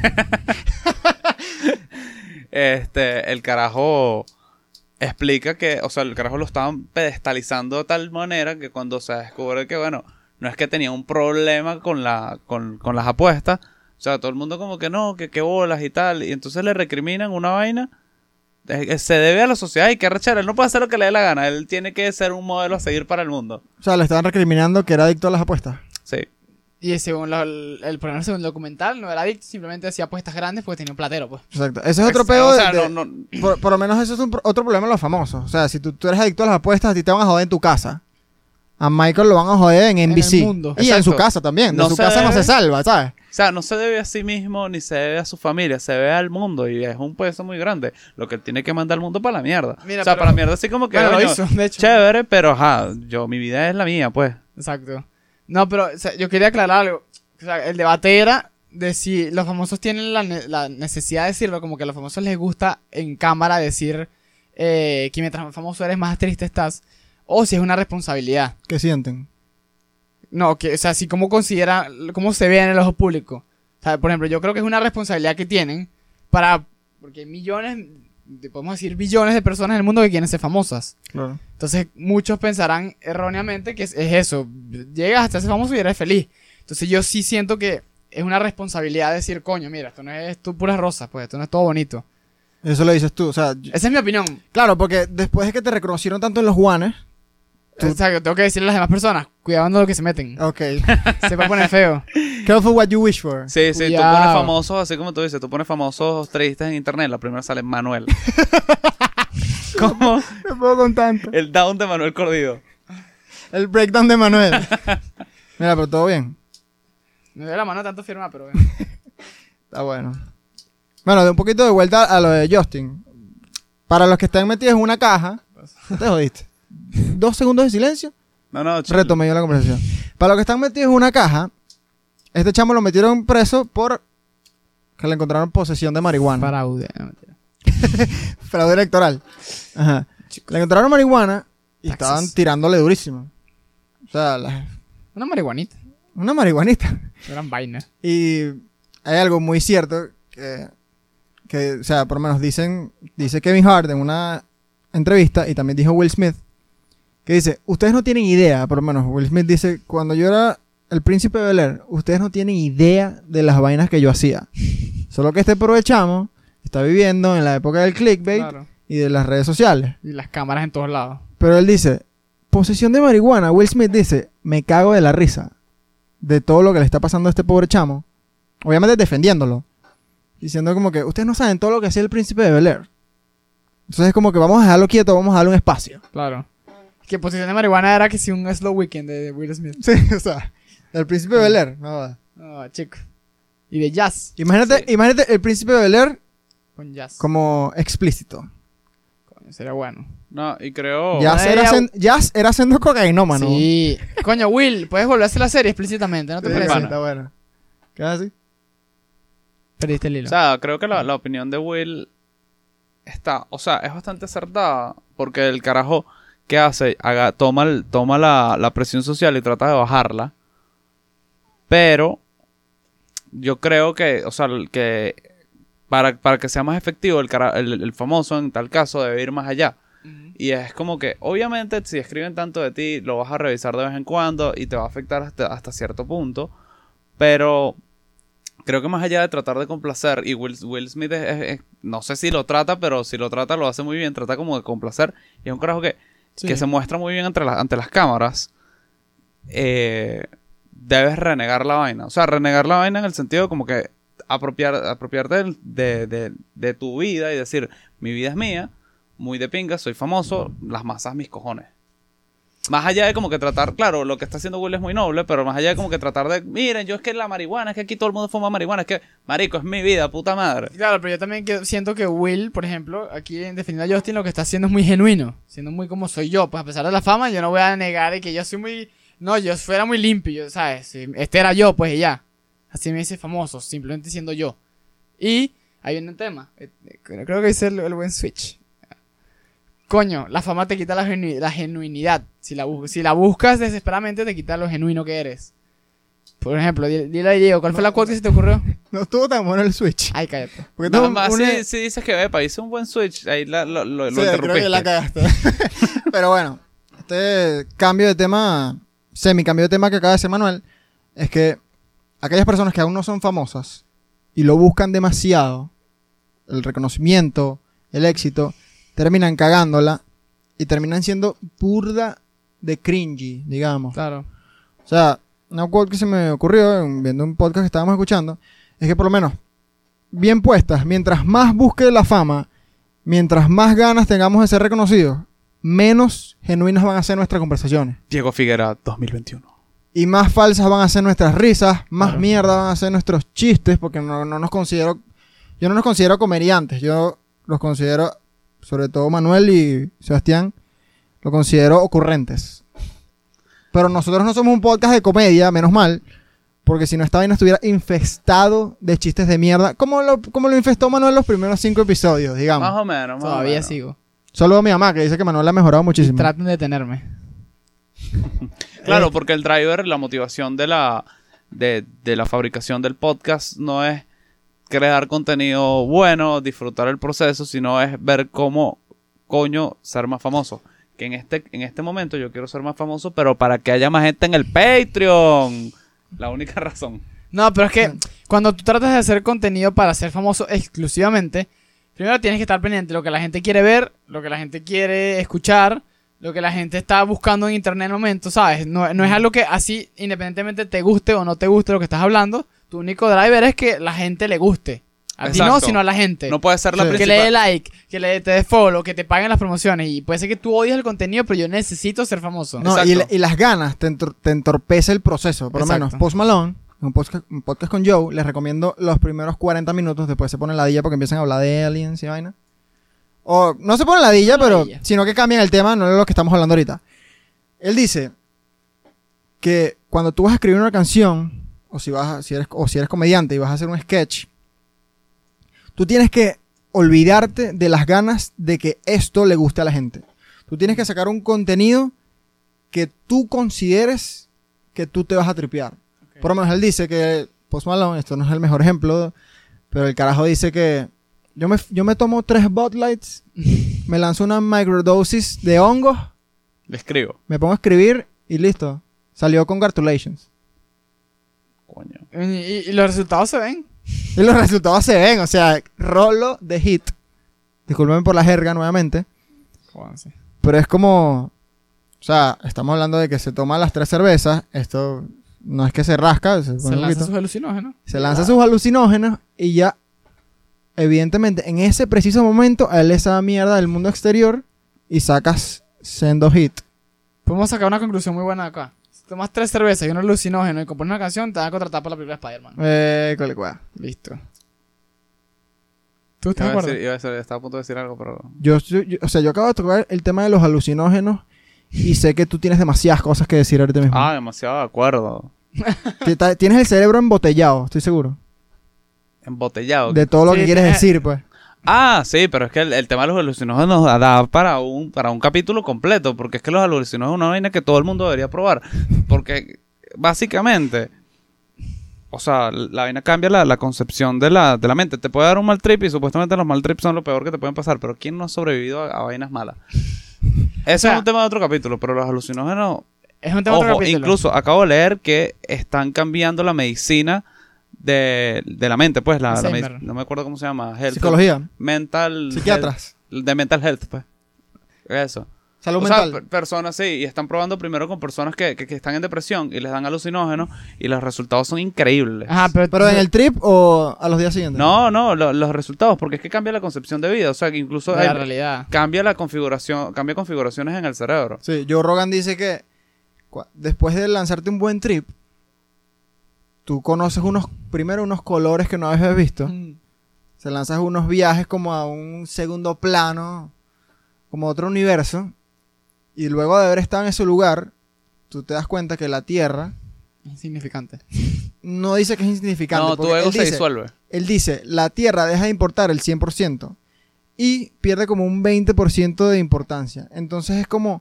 El carajo explica que, o sea, el carajo lo estaban pedestalizando de tal manera que cuando se descubre que, bueno, no es que tenía un problema con las apuestas, o sea, todo el mundo como que no, que bolas y tal, y entonces le recriminan una vaina. Se debe a la sociedad y que arrechar, él no puede hacer lo que le dé la gana, él tiene que ser un modelo a seguir para el mundo. O sea, le estaban recriminando que era adicto a las apuestas. Sí. Y según el programa, según el documental, no era adicto, simplemente hacía apuestas grandes porque tenía un platero, pues. Exacto. Ese es otro O pedo sea, de... no. Por lo menos eso es otro problema de los famosos. O sea, si tú eres adicto a las apuestas, a ti te van a joder en tu casa. A Michael lo van a joder en NBC. el mundo. Y en Exacto. su casa también. De No su se casa no debe- se salva, ¿sabes? O sea, no se debe a sí mismo ni se debe a su familia, se debe al mundo y es un peso muy grande. Lo que él tiene que mandar al mundo para la mierda. Mira, o sea, pero- para la mierda así como que Bueno, lo coño, hizo, de hecho. chévere, pero ajá, mi vida es la mía, pues. Exacto. No, pero o sea, yo quería aclarar algo. O sea, el debate era de si los famosos tienen la necesidad de decirlo, como que a los famosos les gusta en cámara decir que mientras más famoso eres, más triste estás, o si es una responsabilidad. ¿Qué sienten? No, que, o sea, sí, cómo considera, cómo se ve en el ojo público. O sea, por ejemplo, yo creo que es una responsabilidad que tienen porque hay millones, podemos decir billones de personas en el mundo que quieren ser famosas. Claro. Entonces, muchos pensarán erróneamente que es eso. Llegas hasta ser famoso y eres feliz. Entonces, yo sí siento que es una responsabilidad decir, coño, mira, esto no es tú puras rosas, pues, esto no es todo bonito. Eso lo dices tú, o sea... Esa es mi opinión. Claro, porque después de que te reconocieron tanto en los Juanes... O sea, que tengo que decirle a las demás personas, cuidado lo que se meten. Ok. Se va a poner feo. Careful what you wish for. Sí, tú Cuidado. pones famosos, así como tú dices, tú pones famosos tristes en internet, la primera sale Manuel. ¿Cómo? No puedo con tanto. El down de Manuel Cordido. El breakdown de Manuel. Mira, pero todo bien. Me dio la mano tanto firma, pero bueno. Está bueno. Bueno, de un poquito de vuelta a lo de Justin. Para los que están metidos en una caja, no te jodiste. 2 segundos de silencio. No, chill. Retomé yo la conversación. Para los que están metidos en una caja, este chamo lo metieron preso por que le encontraron posesión de marihuana. Fraude. No, mentira. Fraude electoral. Ajá. Le encontraron marihuana y Taxes. estaban tirándole durísimo. O sea, Una marihuanita. una marihuanita. Eran vainas. Y hay algo muy cierto o sea, por lo menos dice Kevin Hart en una entrevista, y también dijo Will Smith, que dice, ustedes no tienen idea, por lo menos Will Smith dice, cuando yo era el príncipe de Bel-Air, ustedes no tienen idea de las vainas que yo hacía. Solo que este provechamos está viviendo en la época del clickbait Claro. y de las redes sociales. Y las cámaras en todos lados. Pero él dice, posesión de marihuana. Will Smith dice, me cago de la risa de todo lo que le está pasando a este pobre chamo. Obviamente defendiéndolo. Diciendo como que, ustedes no saben todo lo que hacía el príncipe de Bel-Air. Entonces es como que vamos a dejarlo quieto, vamos a darle un espacio. Claro. Que posición de marihuana era que si un slow weekend de Will Smith. Sí, o sea, el príncipe de Bel-Air. No, joda. No, chico. Y de jazz. Imagínate el príncipe de Bel-Air Con jazz. como explícito. Coño, sería bueno. No, y creo... Jazz era siendo cocainómano. Sí. Coño, Will, puedes volver a hacer la serie explícitamente, ¿no te Sí, parece? sí, está bueno. ¿Qué así? Perdiste el hilo. O sea, creo que la opinión de Will o sea, es bastante acertada, porque el carajo que hace, toma la presión social y trata de bajarla, pero yo creo que, o sea, que para que sea más efectivo el famoso en tal caso debe ir más allá. Ujú. Y es como que, obviamente, si escriben tanto de ti, lo vas a revisar de vez en cuando y te va a afectar hasta cierto punto. Pero creo que más allá de tratar de complacer, y Will Smith no sé si lo trata, pero si lo trata, lo hace muy bien. Trata como de complacer. Y es un carajo que se muestra muy bien ante las cámaras. Debes renegar la vaina. O sea, renegar la vaina en el sentido como que apropiarte de tu vida y decir, mi vida es mía. Muy de pinga, soy famoso, las masas mis cojones. Más allá de como que tratar, claro, lo que está haciendo Will es muy noble, pero más allá de como que tratar de, miren, yo es que la marihuana, es que aquí todo el mundo fuma marihuana, es que, marico, es mi vida, puta madre. Claro, pero yo también siento que Will, por ejemplo, aquí en defendiendo a Justin, lo que está haciendo es muy genuino. Siendo muy como soy yo. Pues a pesar de la fama, yo no voy a negar que yo soy muy... No, yo fuera muy limpio, ¿sabes? Este era yo, pues, y ya. Así me hice famoso, simplemente siendo yo. Y ahí viene un tema. Creo que hice el buen switch. Coño, la fama te quita la genuinidad. Si la buscas desesperadamente, te quita lo genuino que eres. Por ejemplo, dile a Diego, ¿cuál fue la quote que se te ocurrió? No estuvo tan bueno el switch. Ay, cállate. Porque Nada tú- más una- si dices que, epa, hice un buen switch, ahí lo Sí, creo interrumpiste. que la cagaste. Pero bueno, este cambio de tema, semi-cambio de tema que acaba de hacer Manuel, es que aquellas personas que aún no son famosas y lo buscan demasiado, el reconocimiento, el éxito, terminan cagándola y terminan siendo burda de cringy, digamos. Claro. O sea, una quote que se me ocurrió viendo un podcast que estábamos escuchando es que por lo menos, bien puestas, mientras más busque la fama, mientras más ganas tengamos de ser reconocidos, menos genuinas van a ser nuestras conversaciones. Diego Figuera, 2021. Y más falsas van a ser nuestras risas, más Claro. mierda van a ser nuestros chistes, porque no nos considero... Yo no nos considero comediantes, yo los considero, sobre todo Manuel y Sebastián, los considero ocurrentes. Pero nosotros no somos un podcast de comedia, menos mal, porque si no esta vaina estuviera infestado de chistes de mierda, como lo infestó Manuel los primeros 5 episodios, digamos. Más o menos, más o Todavía menos. sigo. Solo mi mamá, que dice que Manuel ha mejorado muchísimo. Traten de detenerme. Claro, porque el driver, la motivación de la fabricación del podcast no es crear contenido bueno, disfrutar el proceso, sino es ver cómo coño ser más famoso. Que en este momento yo quiero ser más famoso, pero para que haya más gente en el Patreon. La única razón. No, pero es que cuando tú tratas de hacer contenido para ser famoso exclusivamente, primero tienes que estar pendiente de lo que la gente quiere ver, lo que la gente quiere escuchar, lo que la gente está buscando en internet en el momento, ¿sabes? No es algo que así, independientemente te guste o no te guste lo que estás hablando, tu único driver es que la gente le guste. A ti no, Exacto. sino a la gente. No puede ser la Sí. Que principal. le dé like, te dé follow, que te paguen las promociones. Y puede ser que tú odies el contenido, pero yo necesito ser famoso. No, y, Exacto. y las ganas te entorpece el proceso. Por lo Exacto. menos, Post Malone, en un podcast con Joe, les recomiendo los primeros 40 minutos. Después se ponen ladilla porque empiezan a hablar de aliens y vaina. O no se ponen ladilla, pero Ladilla. sino que cambian el tema, no es lo que estamos hablando ahorita. Él dice que cuando tú vas a escribir una canción, o si eres comediante y vas a hacer un sketch, tú tienes que olvidarte de las ganas de que esto le guste a la gente. Tú tienes que sacar un contenido que tú consideres que tú te vas a tripear. Ok. Por lo menos él dice que Post Malone, esto no es el mejor ejemplo, pero el carajo dice que yo me tomo 3 Bud Lights, me lanzo una microdosis de hongos, Le escribo. me pongo a escribir y listo. Salió congratulations. Coño. Y los resultados se ven. Y los resultados se ven, o sea, rolo de hit. Disculpen por la jerga nuevamente, Jódanse. pero es como, o sea, estamos hablando de que se toma las 3 cervezas, esto no es que se rasca, se, pone Se un lanzan poquito, sus alucinógenos. se lanza sus alucinógenos y ya, evidentemente, en ese preciso momento, a él le da mierda del mundo exterior y sacas sendo hit. Podemos sacar una conclusión muy buena de acá. Si tomas 3 cervezas y un alucinógeno y compones una canción, te van a contratar para la película de Spider-Man. Colecua. Listo. ¿Tú estás de acuerdo? Estaba a punto de decir algo, pero... O sea, yo acabo de tocar el tema de los alucinógenos y sé que tú tienes demasiadas cosas que decir ahorita mismo. Ah, demasiado de acuerdo. Tienes el cerebro embotellado, estoy seguro. Embotellado. De todo lo Sí, que quieres decir, pues. Ah, sí, pero es que el tema de los alucinógenos da para un capítulo completo, porque es que los alucinógenos es una vaina que todo el mundo debería probar. Porque básicamente, o sea, la vaina cambia la concepción de la mente. Te puede dar un mal trip y supuestamente los mal trips son lo peor que te pueden pasar, pero ¿quién no ha sobrevivido a vainas malas? Eso sea, es un tema de otro capítulo, pero los alucinógenos... Es un tema de otro Ojo, capítulo. incluso acabo de leer que están cambiando la medicina de la mente, pues, Alzheimer. no me acuerdo cómo se llama. Health, Psicología. mental... Psiquiatras. De mental health, pues. Eso. Salud O sea, mental. personas, sí, y están probando primero con personas que están en depresión y les dan alucinógenos y los resultados son increíbles. Ajá, ¿Pero en el trip o a los días siguientes? No, los resultados, porque es que cambia la concepción de vida, o sea, que incluso de la realidad. cambia la configuración, cambia configuraciones en el cerebro. Sí, Joe Rogan dice que después de lanzarte un buen trip, tú conoces primero unos colores que no habías visto. Se lanzas unos viajes como a un segundo plano, como otro universo. Y luego de haber estado en ese lugar, tú te das cuenta que la Tierra Insignificante. no dice que es insignificante. No, tu porque ego él se dice- disuelve. Él dice, la Tierra deja de importar el 100% y pierde como un 20% de importancia. Entonces es como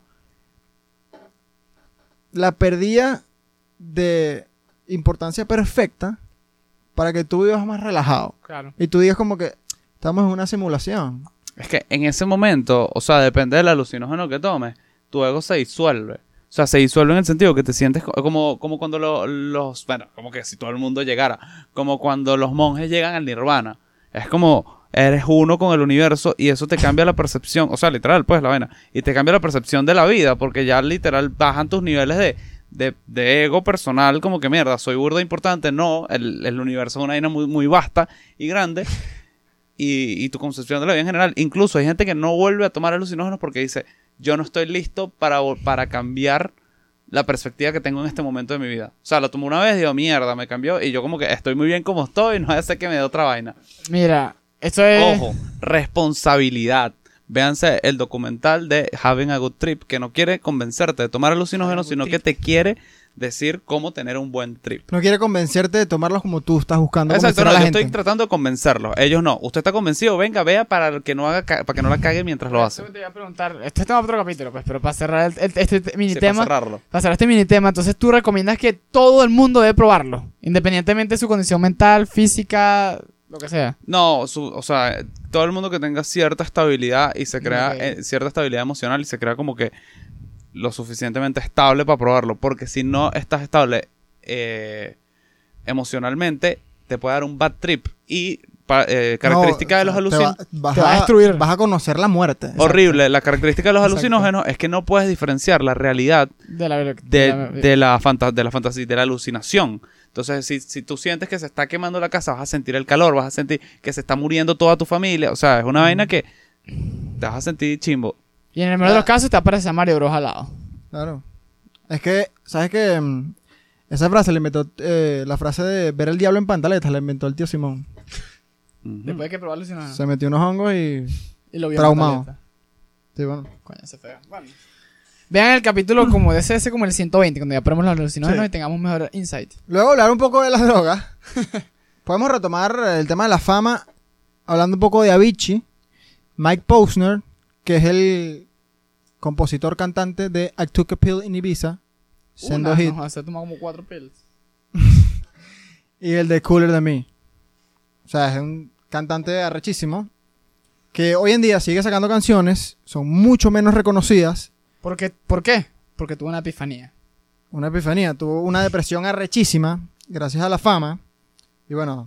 la pérdida de importancia perfecta para que tú vivas más relajado. Claro. Y tú digas como que estamos en una simulación. Es que en ese momento, o sea, depende del alucinógeno que tomes, tu ego se disuelve. O sea, se disuelve en el sentido que te sientes como cuando bueno, como que si todo el mundo llegara, como cuando los monjes llegan al nirvana. Es como eres uno con el universo y eso te cambia la percepción, o sea, literal, pues, la vaina. Y te cambia la percepción de la vida porque ya literal bajan tus niveles de ego personal, como que mierda, soy burda importante. No, el universo es una vaina muy, muy vasta y grande. Y tu concepción de la vida en general. Incluso hay gente que no vuelve a tomar alucinógenos porque dice, yo no estoy listo para cambiar la perspectiva que tengo en este momento de mi vida. O sea, lo tomé una vez y digo, mierda, me cambió. Y yo como que estoy muy bien como estoy, no hace que me dé otra vaina. Mira, esto es... Ojo, responsabilidad. Véanse el documental de Having a Good Trip, que no quiere convencerte de tomar alucinógenos, sino que te quiere decir cómo tener un buen trip. No quiere convencerte de tomarlos como tú estás buscando Exacto, convencer no, a la yo gente. estoy tratando de convencerlos. Ellos no. Usted está convencido, venga, vea para que no haga para que no la cague mientras lo hace. Eso te iba a preguntar, este es otro capítulo, pues, pero para cerrar este mini Sí, para tema, cerrarlo. para cerrar este mini tema, entonces tú recomiendas que todo el mundo debe probarlo, independientemente de su condición mental, física, lo que sea. No, o sea, todo el mundo que tenga cierta estabilidad y se crea Ok. cierta estabilidad emocional y se crea como que lo suficientemente estable para probarlo. Porque si no estás estable emocionalmente, te puede dar un bad trip. Y característica de los alucinógenos. Vas te va a destruir. Vas a conocer la muerte. Horrible. La característica de los Exacto. alucinógenos es que no puedes diferenciar la realidad De la, de la fantasía, de la alucinación. Entonces, si tú sientes que se está quemando la casa, vas a sentir el calor, vas a sentir que se está muriendo toda tu familia. O sea, es una vaina que te vas a sentir chimbo. Y en el mejor de los casos te aparece a Mario Bros al lado. Claro. Es que, ¿sabes qué? Esa frase la inventó, la frase de ver el diablo en pantaletas, la inventó el tío Simón. Ujú. Después de que probar alucinógenos. Se metió unos hongos y... Y lo vio traumado. en pantaleta. Sí, bueno. Coño, ese feo. Bueno. Vean el capítulo como de ese como el 120, cuando ya probemos los alucinógenos Sí. y tengamos mejor insight. Luego hablar un poco de las drogas. Podemos retomar el tema de la fama hablando un poco de Avicii, Mike Posner, que es el compositor cantante de I Took a Pill in Ibiza, siendo hit, Se ha tomado como 4 pills. y el de Cooler Than Me. O sea, es un cantante arrechísimo que hoy en día sigue sacando canciones, son mucho menos reconocidas. ¿Por qué? Porque tuvo una epifanía. Una epifanía, tuvo una depresión arrechísima gracias a la fama. Y bueno,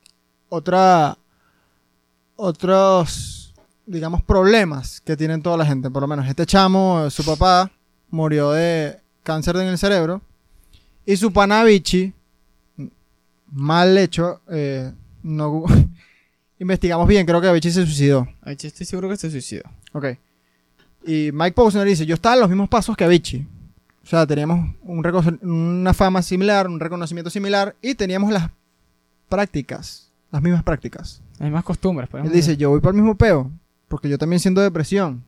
otros, digamos, problemas que tienen toda la gente. Por lo menos este chamo, su papá, murió de cáncer en el cerebro. Y su pana Avicii, mal hecho, no investigamos bien, creo que Avicii se suicidó. Ay, che, estoy seguro que se suicidó. Ok. Y Mike Posner dice, yo estaba en los mismos pasos que Avicii. O sea, teníamos una fama similar, un reconocimiento similar y teníamos las prácticas, las mismas prácticas. Las mismas costumbres, pues. Él dice, yo voy para el mismo peo, porque yo también siento depresión.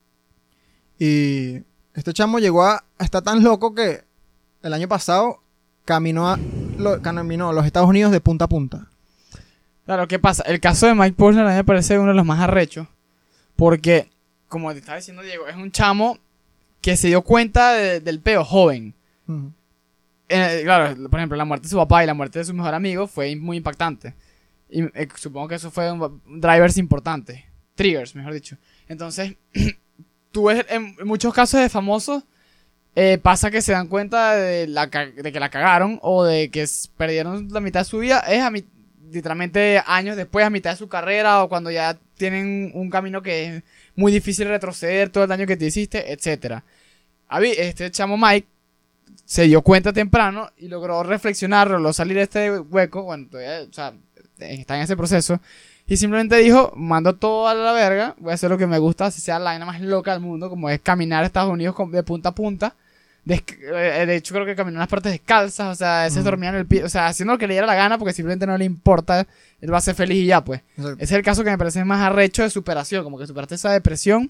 Y este chamo llegó a estar tan loco que el año pasado caminó los Estados Unidos de punta a punta. Claro, ¿qué pasa? El caso de Mike Posner a mí me parece uno de los más arrechos. Porque, como te estaba diciendo Diego, es un chamo que se dio cuenta del peo joven. Ujú. Claro, por ejemplo, la muerte de su papá y la muerte de su mejor amigo fue muy impactante. Y supongo que eso fue drivers importantes. Triggers, mejor dicho. Entonces, tú ves en muchos casos de famosos, pasa que se dan cuenta de que la cagaron o de que perdieron la mitad de su vida. Es literalmente años después, a mitad de su carrera o cuando ya tienen un camino que es muy difícil retroceder, todo el daño que te hiciste, etcétera. Este chamo Mike se dio cuenta temprano y logró reflexionar, logró salir de este hueco, bueno, todavía, o sea, está en ese proceso, y simplemente dijo, mando todo a la verga, voy a hacer lo que me gusta, así sea la vaina más loca del mundo, como es caminar a Estados Unidos de punta a punta. De hecho, creo que caminó en las partes descalzas, o sea, ese dormía en el pie, o sea, haciendo lo que le diera la gana porque simplemente no le importa, él va a ser feliz y ya, pues. Exacto. Ese es el caso que me parece más arrecho de superación, como que superaste esa depresión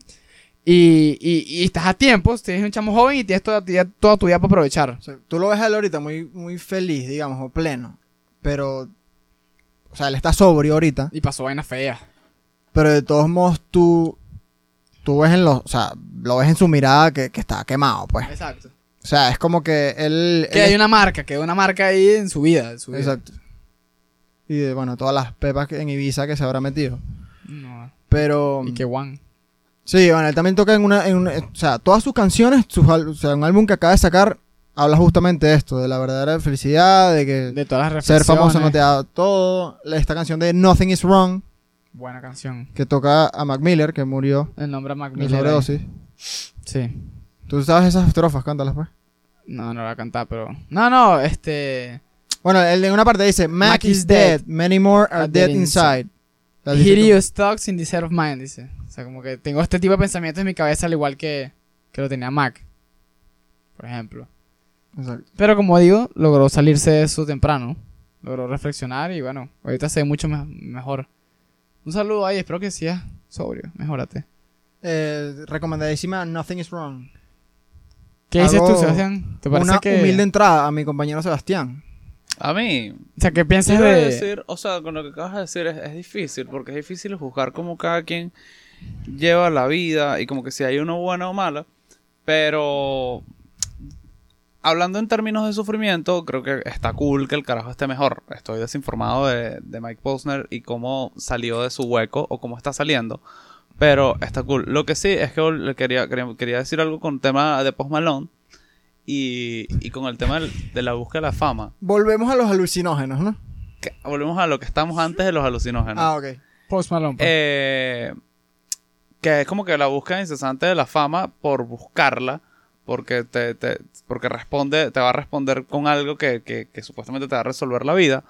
y estás a tiempo, tienes un chamo joven y tienes toda tu vida para aprovechar. O sea, tú lo ves a él ahorita muy, muy feliz, digamos, o pleno. Pero, o sea, él está sobrio ahorita. Y pasó vainas feas. Pero de todos modos tú ves o sea, lo ves en su mirada que está quemado, pues. Exacto. O sea, es como que él... Que hay una marca ahí en su vida. Exacto. Y de, bueno, todas las pepas en Ibiza que se habrá metido. No. Pero... Y que Juan. Sí, bueno, él también toca o sea, todas sus canciones, o sea, un álbum que acaba de sacar, habla justamente de esto, de la verdadera felicidad, de que De todas las ser reflexiones. famoso no te da todo. Esta canción de Nothing Is Wrong, Buena canción. que toca a Mac Miller, que murió El nombre de Mac de Miller. sobredosis. Sí. ¿Tú sabes esas estrofas? Cántalas, pues. No la voy a cantar, pero... No, Bueno, él en una parte dice, Mac is dead, many more are dead inside. O sea, dice Hideous stocks in the set of mind, dice. O sea, como que tengo este tipo de pensamientos en mi cabeza al igual que lo tenía Mac. Por ejemplo. Exacto. Pero como digo, logró salirse de eso temprano. Logró reflexionar y bueno, ahorita se ve mucho mejor. Un saludo ahí, espero que sigas sobrio. Mejórate. Recomendadísima Nothing Is Wrong. ¿Qué dices tú, hago Sebastián? ¿Te parece una que...? humilde entrada a mi compañero Sebastián. A mí, O sea, ¿qué piensas quiero de...? decir, o sea, con lo que acabas de decir es difícil, porque es difícil juzgar cómo cada quien lleva la vida y como que si hay uno buena o mala, pero hablando en términos de sufrimiento, creo que está cool que el carajo esté mejor. Estoy desinformado de Mike Posner y cómo salió de su hueco o cómo está saliendo, pero está cool. Lo que sí es que le quería decir algo con el tema de Post Malone y con el tema de la búsqueda de la fama. Volvemos a los alucinógenos, ¿no? Volvemos a lo que estamos antes de los alucinógenos. Ah, ok. Post Malone. Pues. Que es como que la búsqueda incesante de la fama por buscarla, porque porque te va a responder con algo que supuestamente te va a resolver la vida.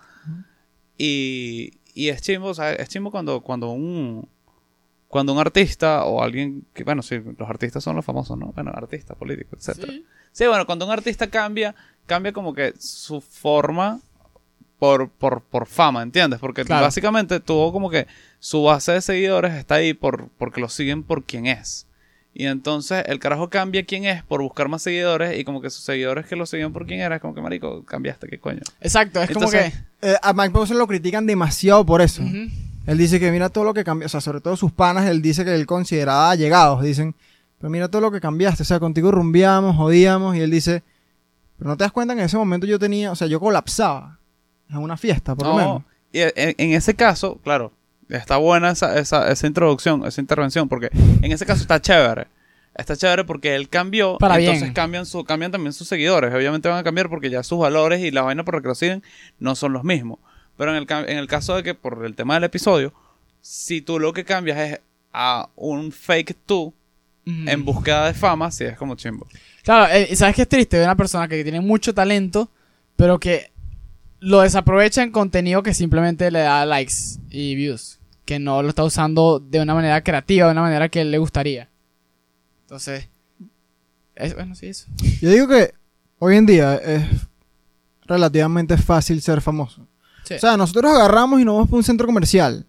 Y es chimbo, o sea, es chimbo cuando un artista o alguien que, bueno, sí, los artistas son los famosos, ¿no? Bueno, artistas, políticos, etcétera. Sí, bueno, cuando un artista cambia como que su forma por fama, ¿entiendes? Porque Claro. básicamente tuvo como que su base de seguidores está ahí porque lo siguen por quien es. Y entonces el carajo cambia quién es por buscar más seguidores y como que sus seguidores que lo siguen por quién era, es como que marico, cambiaste, ¿qué coño? Exacto, es Entonces, como A Mike Posner lo critican demasiado por eso. que... Ujú. Él dice que mira todo lo que cambió, o sea, sobre todo sus panas, él dice que él consideraba allegados, dicen, pero mira todo lo que cambiaste, o sea, contigo rumbeábamos, jodíamos, y él dice, pero no te das cuenta que en ese momento yo tenía, o sea, yo colapsaba en una fiesta, por lo menos. Y en ese caso, claro, está buena esa introducción, esa intervención, porque en ese caso está chévere. Está chévere porque él cambió, Para entonces bien. cambian también sus seguidores. Obviamente van a cambiar porque ya sus valores y la vaina por la que lo siguen no son los mismos. Pero en el caso de que, por el tema del episodio, si tú lo que cambias es a un fake tú Ujú. en búsqueda de fama, sí es como chimbo. Claro, ¿sabes qué es triste? Ver una persona que tiene mucho talento, pero que lo desaprovecha en contenido que simplemente le da likes y views. Que no lo está usando de una manera creativa, de una manera que a él le gustaría. Entonces, bueno, sí, eso. Yo digo que hoy en día es relativamente fácil ser famoso. Sí. O sea, nosotros agarramos y nos vamos para un centro comercial,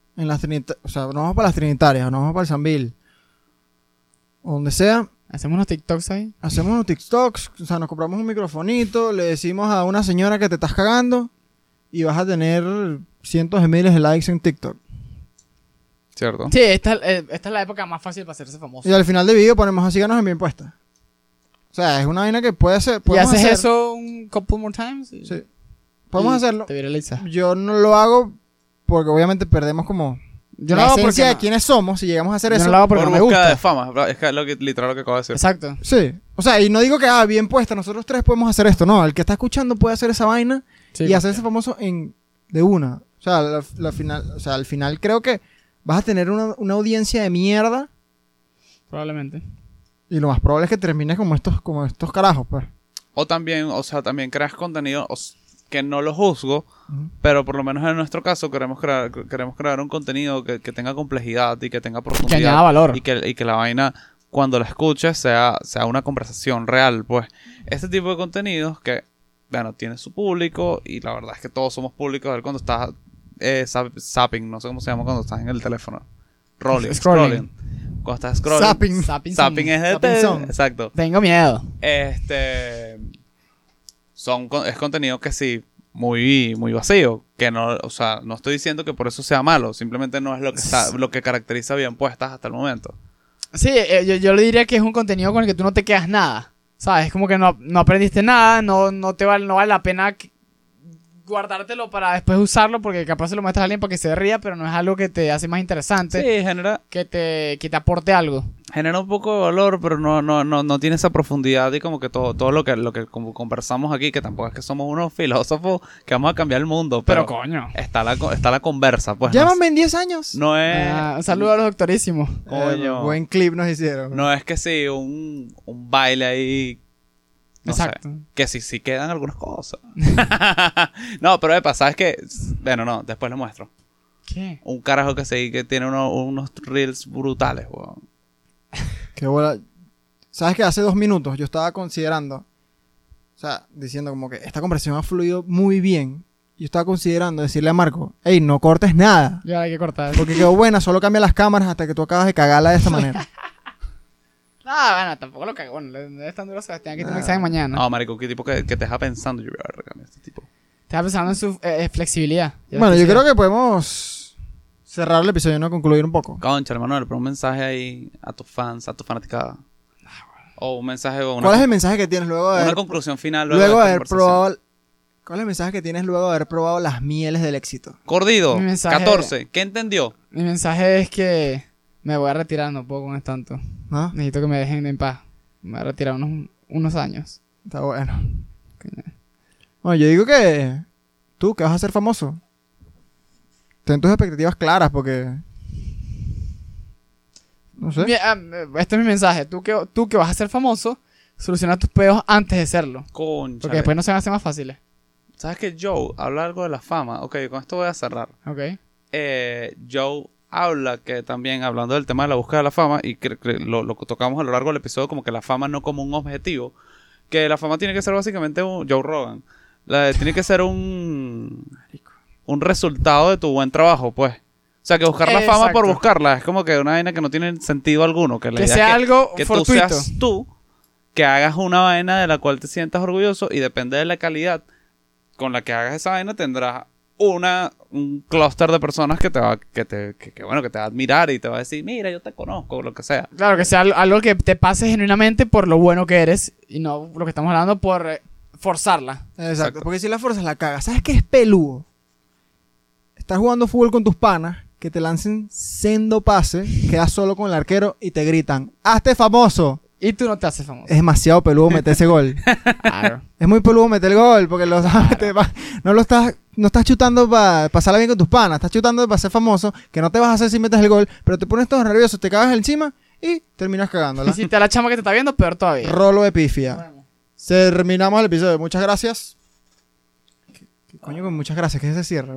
o sea, nos vamos para las Trinitarias, o nos vamos para el Sambil, o donde sea, Hacemos unos TikToks ahí. hacemos unos TikToks, o sea, nos compramos un microfonito, le decimos a una señora que te estás cagando y vas a tener cientos de miles de likes en TikTok. ¿Cierto? Sí, esta es la época más fácil para hacerse famoso. Y al final del video ponemos así ganos en mi impuesta. O sea, es una vaina que puede ser. ¿Y podemos haces hacer. eso un couple more times? Sí. Podemos y hacerlo. Te viraliza. Yo no lo hago porque obviamente perdemos como Yo la lo hago esencia porque de quiénes somos si llegamos a hacer yo eso. no lo hago porque Por no me búsqueda gusta. de fama. Es que literal lo que acabo de decir. Exacto. Sí. O sea, y no digo que bien puesta, nosotros tres podemos hacer esto, no. El que está escuchando puede hacer esa vaina Sí, y hacerse famoso de una. O sea, al final creo que vas a tener una audiencia de mierda probablemente. y lo más probable es que termines como estos carajos, pues. O también creas contenido que no lo juzgo, pero por lo menos en nuestro caso queremos crear un contenido que tenga complejidad y que tenga Que profundidad. añada valor. Y que la vaina, cuando la escuches, sea una conversación real, pues. Este tipo de contenidos que, bueno, tiene su público y la verdad es que todos somos públicos. A ver cuando estás zapping, no sé cómo se llama cuando estás en el teléfono. Scrolling. Cuando estás scrolling. Zapping. Zapping es de Zapping son. Exacto. Tengo miedo. Es contenido que sí, muy, muy vacío. Que no, o sea, no estoy diciendo que por eso sea malo. Simplemente no es lo que caracteriza bien puestas hasta el momento. Sí, yo le diría que es un contenido con el que tú no te quedas nada. ¿Sabes? Es como que no aprendiste nada, no vale la pena guardártelo para después usarlo porque capaz se lo muestras a alguien para que se ría, pero no es algo que te hace más interesante, Sí, genera que te aporte algo. un poco de valor, pero no tiene esa profundidad y como que todo lo que como conversamos aquí, que tampoco es que somos unos filósofos que vamos a cambiar el mundo, Pero pero coño. está la conversa, pues. Llámame en 10 años. No es... Un saludo a los doctorísimos. Coño. Buen clip nos hicieron. No es que sí, un baile ahí. No Exacto. sé. Que sí quedan algunas cosas. No, pero ¿sabes qué? Bueno, no, después lo muestro. ¿Qué? Un carajo que tiene unos reels brutales, weón. Qué bola. ¿Sabes que hace 2 minutos yo estaba considerando, o sea, diciendo como que esta conversación ha fluido muy bien? Yo estaba considerando decirle a Marco, hey, no cortes nada, Ya hay que cortar. porque quedó buena, solo cambia las cámaras hasta que tú acabas de cagarla de esta manera. No, bueno, tampoco lo cago. Bueno, no es tan duro Sebastián que tiene un examen mañana. No, marico, qué tipo que te deja pensando. Yo, verga, este tipo. Estaba pensando en su flexibilidad. Bueno, yo creo que podemos cerrar el episodio, ¿no? Concluir un poco. Concha, Manuel, pero un mensaje ahí a tus fans, a tu fanaticada. O un mensaje o ¿Cuál es el mensaje que tienes luego de una haber, conclusión final luego de esta haber conversación? probado... ¿Cuál es el mensaje que tienes luego de haber probado las mieles del éxito? Cordido, Mi mensaje- 14. ¿Qué entendió? Mi mensaje es que me voy a retirar, no puedo con esto tanto. ¿No? Necesito que me dejen en paz. Me voy a retirar unos años. Está bueno. Bueno, yo digo que tú, que vas a ser famoso, ten tus expectativas claras porque... No sé. Este es mi mensaje. Tú que vas a ser famoso, soluciona tus peos antes de serlo. Concha. Porque después no se van a hacer más fáciles. ¿Sabes que Joe habla algo de la fama? Ok, con esto voy a cerrar. Ok. Joe habla que también, hablando del tema de la búsqueda de la fama, y que lo tocamos a lo largo del episodio, como que la fama no como un objetivo, que la fama tiene que ser básicamente Joe Rogan. Tiene que ser un resultado de tu buen trabajo, pues. O sea, que buscar la fama por Exacto. buscarla es como que una vaina que no tiene sentido alguno. Que la Que idea sea es algo que tú fortuito. seas tú, que hagas una vaina de la cual te sientas orgulloso y depende de la calidad con la que hagas esa vaina tendrás un clúster de personas que te va a admirar y te va a decir, mira, yo te conozco, lo que sea. Claro, que sea algo que te pase genuinamente por lo bueno que eres y no lo que estamos hablando por forzarla. Exacto, porque si la fuerzas la cagas. ¿Sabes qué es peludo? Estás jugando fútbol con tus panas, que te lancen sendo pase, quedas solo con el arquero y te gritan, ¡hazte famoso! Y tú no te haces famoso. Es demasiado peludo meter ese gol. Claro. Es muy peludo meter el gol, porque no estás chutando para pasarla bien con tus panas, estás chutando para ser famoso, que no te vas a hacer si metes el gol, pero te pones todo nervioso, te cagas encima y terminas cagándola. Y si te da la chama que te está viendo, peor todavía. Rolo de pifia. Bueno. Terminamos el episodio. Muchas gracias. ¿Qué coño con muchas gracias? ¿Qué es ese cierre?